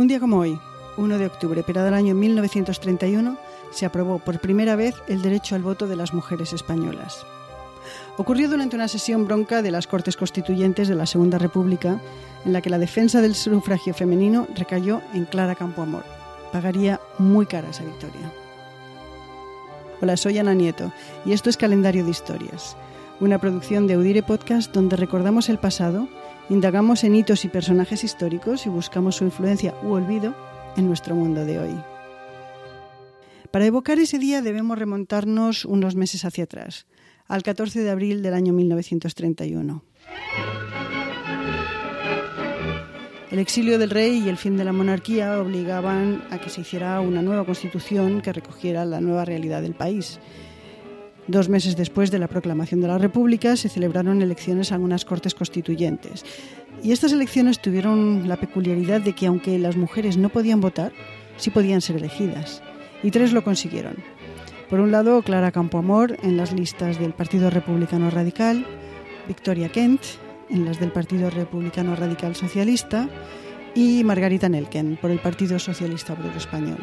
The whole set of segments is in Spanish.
Un día como hoy, 1 de octubre, pero del año 1931, se aprobó por primera vez el derecho al voto de las mujeres españolas. Ocurrió durante una sesión bronca de las Cortes Constituyentes de la Segunda República, en la que la defensa del sufragio femenino recayó en Clara Campoamor. Pagaría muy cara esa victoria. Hola, soy Ana Nieto y esto es Calendario de Historias, una producción de Audire Podcast donde recordamos el pasado, indagamos en hitos y personajes históricos y buscamos su influencia u olvido en nuestro mundo de hoy. Para evocar ese día debemos remontarnos unos meses hacia atrás, al 14 de abril del año 1931. El exilio del rey y el fin de la monarquía obligaban a que se hiciera una nueva constitución que recogiera la nueva realidad del país. 2 meses después de la proclamación de la República se celebraron elecciones a algunas Cortes Constituyentes. Y estas elecciones tuvieron la peculiaridad de que aunque las mujeres no podían votar, sí podían ser elegidas. Y 3 lo consiguieron. Por un lado, Clara Campoamor en las listas del Partido Republicano Radical, Victoria Kent en las del Partido Republicano Radical Socialista y Margarita Nelken por el Partido Socialista Obrero Español.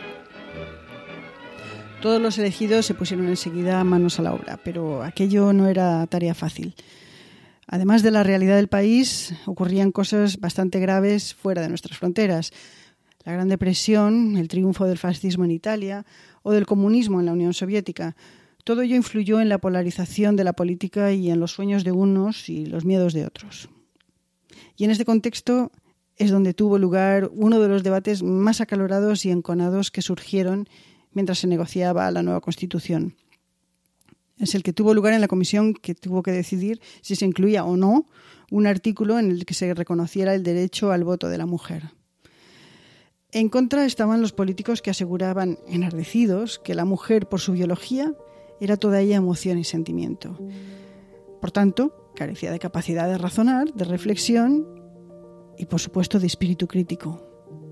Todos los elegidos se pusieron enseguida manos a la obra, pero aquello no era tarea fácil. Además de la realidad del país, ocurrían cosas bastante graves fuera de nuestras fronteras. La Gran Depresión, el triunfo del fascismo en Italia o del comunismo en la Unión Soviética. Todo ello influyó en la polarización de la política y en los sueños de unos y los miedos de otros. Y en este contexto es donde tuvo lugar uno de los debates más acalorados y enconados que surgieron mientras se negociaba la nueva Constitución. Es el que tuvo lugar en la comisión que tuvo que decidir si se incluía o no un artículo en el que se reconociera el derecho al voto de la mujer. En contra estaban los políticos que aseguraban, enardecidos, que la mujer, por su biología, era toda ella emoción y sentimiento. Por tanto, carecía de capacidad de razonar, de reflexión y, por supuesto, de espíritu crítico.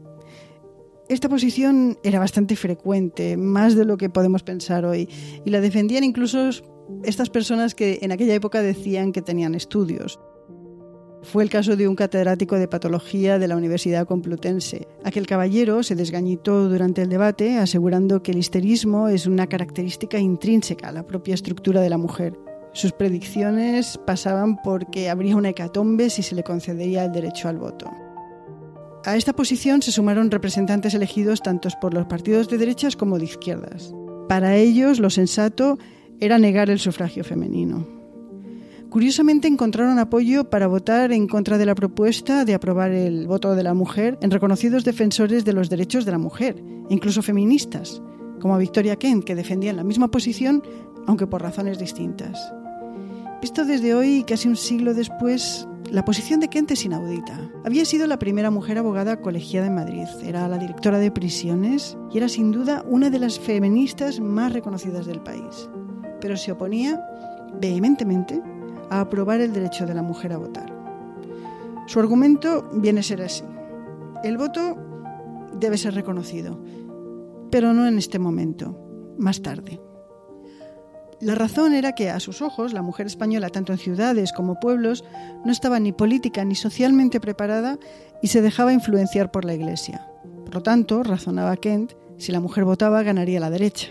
Esta posición era bastante frecuente, más de lo que podemos pensar hoy, y la defendían incluso estas personas que en aquella época decían que tenían estudios. Fue el caso de un catedrático de patología de la Universidad Complutense. Aquel caballero se desgañitó durante el debate asegurando que el histerismo es una característica intrínseca a la propia estructura de la mujer. Sus predicciones pasaban porque habría una hecatombe si se le concedería el derecho al voto. A esta posición se sumaron representantes elegidos tanto por los partidos de derechas como de izquierdas. Para ellos, lo sensato era negar el sufragio femenino. Curiosamente, encontraron apoyo para votar en contra de la propuesta de aprobar el voto de la mujer en reconocidos defensores de los derechos de la mujer, incluso feministas, como Victoria Kent, que defendían la misma posición, aunque por razones distintas. Visto desde hoy, casi un siglo después, la posición de Kent es inaudita. Había sido la primera mujer abogada colegiada en Madrid, era la directora de prisiones y era sin duda una de las feministas más reconocidas del país. Pero se oponía vehementemente a aprobar el derecho de la mujer a votar. Su argumento viene a ser así: el voto debe ser reconocido, pero no en este momento, más tarde. La razón era que, a sus ojos, la mujer española, tanto en ciudades como pueblos, no estaba ni política ni socialmente preparada y se dejaba influenciar por la Iglesia. Por lo tanto, razonaba Kent, si la mujer votaba, ganaría la derecha.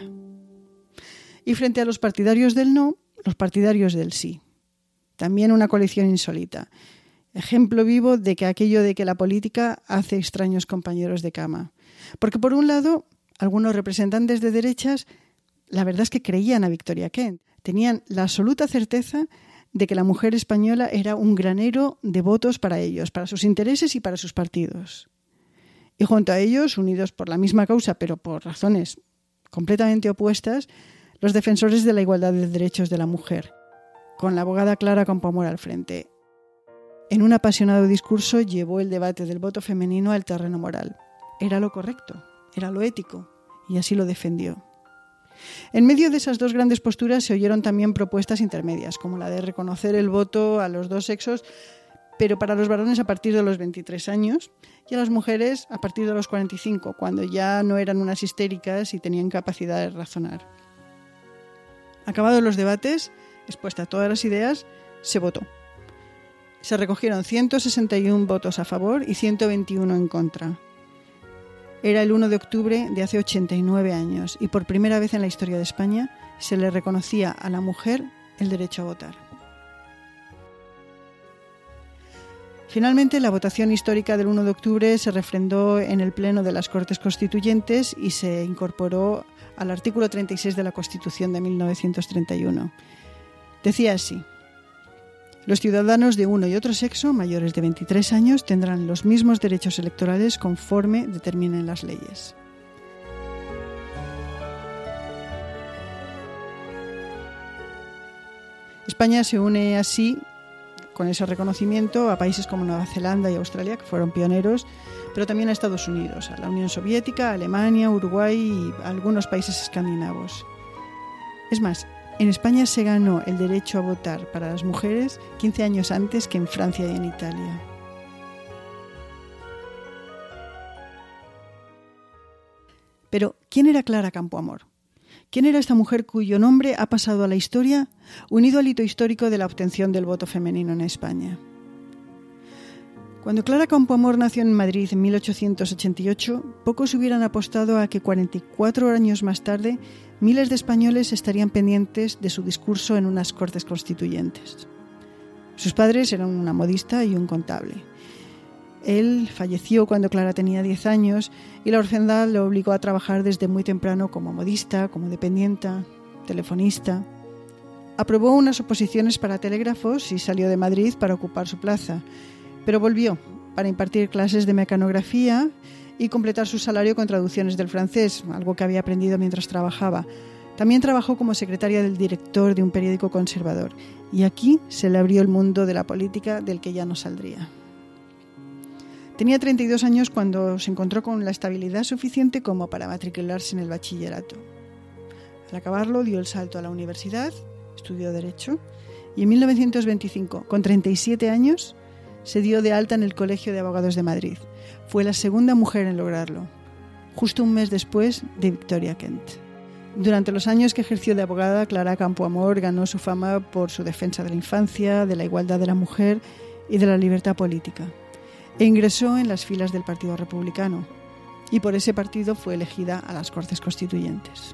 Y frente a los partidarios del no, los partidarios del sí. También una coalición insólita. Ejemplo vivo de que aquello de que la política hace extraños compañeros de cama. Porque, por un lado, algunos representantes de derechas la verdad es que creían a Victoria Kent. Tenían la absoluta certeza de que la mujer española era un granero de votos para ellos, para sus intereses y para sus partidos. Y junto a ellos, unidos por la misma causa, pero por razones completamente opuestas, los defensores de la igualdad de derechos de la mujer, con la abogada Clara Campoamor al frente. En un apasionado discurso llevó el debate del voto femenino al terreno moral. Era lo correcto, era lo ético, y así lo defendió. En medio de esas dos grandes posturas se oyeron también propuestas intermedias, como la de reconocer el voto a los dos sexos, pero para los varones a partir de los 23 años y a las mujeres a partir de los 45, cuando ya no eran unas histéricas y tenían capacidad de razonar. Acabados los debates, expuestas todas las ideas, se votó. Se recogieron 161 votos a favor y 121 en contra. Era el 1 de octubre de hace 89 años y por primera vez en la historia de España se le reconocía a la mujer el derecho a votar. Finalmente, la votación histórica del 1 de octubre se refrendó en el Pleno de las Cortes Constituyentes y se incorporó al artículo 36 de la Constitución de 1931. Decía así: los ciudadanos de uno y otro sexo, mayores de 23 años, tendrán los mismos derechos electorales conforme determinen las leyes. España se une así, con ese reconocimiento, a países como Nueva Zelanda y Australia, que fueron pioneros, pero también a Estados Unidos, a la Unión Soviética, a Alemania, Uruguay y a algunos países escandinavos. Es más, en España se ganó el derecho a votar para las mujeres 15 años antes que en Francia y en Italia. Pero, ¿quién era Clara Campoamor? ¿Quién era esta mujer cuyo nombre ha pasado a la historia, unido al hito histórico de la obtención del voto femenino en España? Cuando Clara Campoamor nació en Madrid en 1888, pocos hubieran apostado a que 44 años más tarde miles de españoles estarían pendientes de su discurso en unas Cortes Constituyentes. Sus padres eran una modista y un contable. Él falleció cuando Clara tenía 10 años y la orfandad lo obligó a trabajar desde muy temprano como modista, como dependienta, telefonista. Aprobó unas oposiciones para telégrafos y salió de Madrid para ocupar su plaza, pero volvió para impartir clases de mecanografía y completar su salario con traducciones del francés, algo que había aprendido mientras trabajaba. También trabajó como secretaria del director de un periódico conservador y aquí se le abrió el mundo de la política del que ya no saldría. Tenía 32 años cuando se encontró con la estabilidad suficiente como para matricularse en el bachillerato. Al acabarlo dio el salto a la universidad, estudió Derecho y en 1925, con 37 años, se dio de alta en el Colegio de Abogados de Madrid. Fue la segunda mujer en lograrlo, justo un mes después de Victoria Kent. Durante los años que ejerció de abogada, Clara Campoamor ganó su fama por su defensa de la infancia, de la igualdad de la mujer y de la libertad política. E ingresó en las filas del Partido Republicano y por ese partido fue elegida a las Cortes Constituyentes.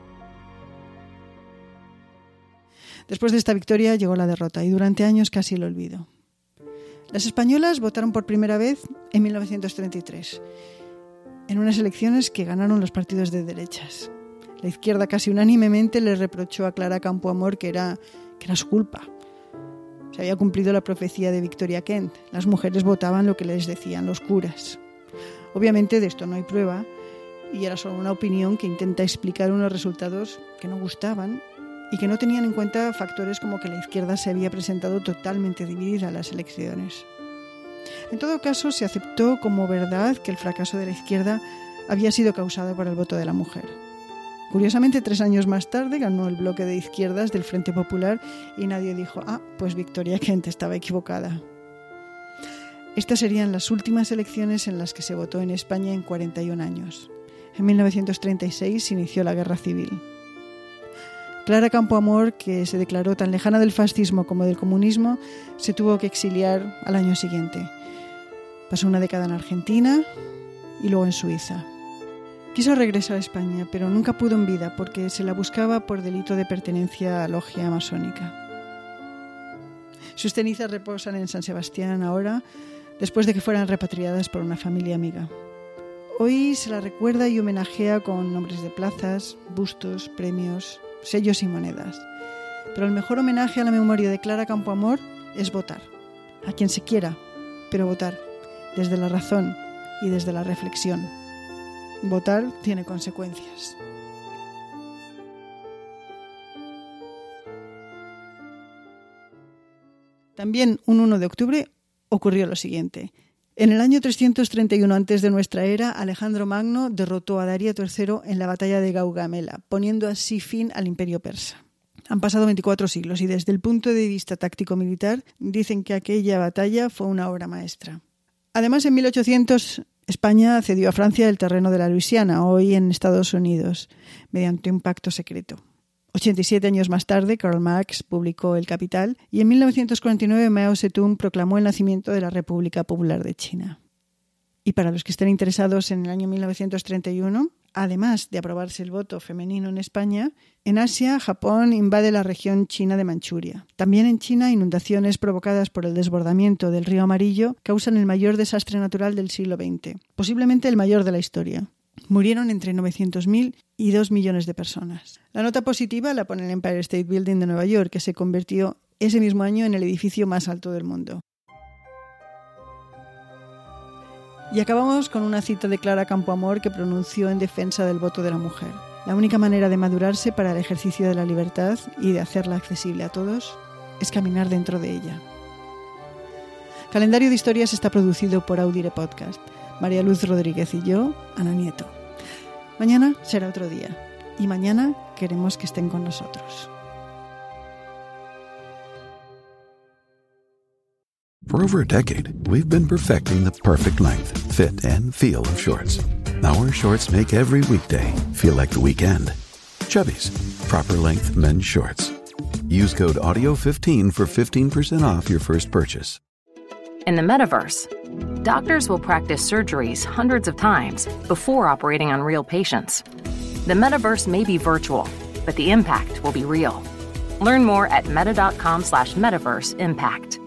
Después de esta victoria llegó la derrota y durante años casi el olvido. Las españolas votaron por primera vez en 1933, en unas elecciones que ganaron los partidos de derechas. La izquierda casi unánimemente le reprochó a Clara Campoamor que era su culpa. Se había cumplido la profecía de Victoria Kent. Las mujeres votaban lo que les decían los curas. Obviamente de esto no hay prueba y era solo una opinión que intenta explicar unos resultados que no gustaban y que no tenían en cuenta factores como que la izquierda se había presentado totalmente dividida en las elecciones. En todo caso, se aceptó como verdad que el fracaso de la izquierda había sido causado por el voto de la mujer. Curiosamente, 3 años más tarde ganó el bloque de izquierdas del Frente Popular y nadie dijo, pues Victoria Kent estaba equivocada. Estas serían las últimas elecciones en las que se votó en España en 41 años. En 1936 se inició la Guerra Civil. Clara Campoamor, que se declaró tan lejana del fascismo como del comunismo, se tuvo que exiliar al año siguiente. Pasó una década en Argentina y luego en Suiza. Quiso regresar a España, pero nunca pudo en vida porque se la buscaba por delito de pertenencia a logia masónica. Sus cenizas reposan en San Sebastián ahora, después de que fueran repatriadas por una familia amiga. Hoy se la recuerda y homenajea con nombres de plazas, bustos, premios, sellos y monedas. Pero el mejor homenaje a la memoria de Clara Campoamor es votar. A quien se quiera, pero votar. Desde la razón y desde la reflexión. Votar tiene consecuencias. También un 1 de octubre ocurrió lo siguiente. En el año 331 antes de nuestra era, Alejandro Magno derrotó a Darío III en la batalla de Gaugamela, poniendo así fin al imperio persa. Han pasado 24 siglos y desde el punto de vista táctico-militar dicen que aquella batalla fue una obra maestra. Además, en 1800 España cedió a Francia el terreno de la Luisiana, hoy en Estados Unidos, mediante un pacto secreto. 87 años más tarde, Karl Marx publicó El Capital y en 1949 Mao Zedong proclamó el nacimiento de la República Popular de China. Y para los que estén interesados, en el año 1931, además de aprobarse el voto femenino en España, en Asia, Japón invade la región china de Manchuria. También en China, inundaciones provocadas por el desbordamiento del río Amarillo causan el mayor desastre natural del siglo XX, posiblemente el mayor de la historia. Murieron entre 900.000 y 2 millones de personas. La nota positiva la pone el Empire State Building de Nueva York, que se convirtió ese mismo año en el edificio más alto del mundo. Y acabamos con una cita de Clara Campoamor que pronunció en defensa del voto de la mujer. La única manera de madurarse para el ejercicio de la libertad y de hacerla accesible a todos es caminar dentro de ella. Calendario de Historias está producido por Audire Podcast. María Luz Rodríguez y yo, Ana Nieto. Mañana será otro día y mañana queremos que estén con nosotros. For over a decade, we've been perfecting the perfect length, fit, and feel of shorts. Our shorts make every weekday feel like the weekend. Chubbies, proper length men's shorts. Use code AUDIO15 for 15% off your first purchase. In the metaverse, doctors will practice surgeries hundreds of times before operating on real patients. The metaverse may be virtual, but the impact will be real. Learn more at meta.com/metaverseimpact.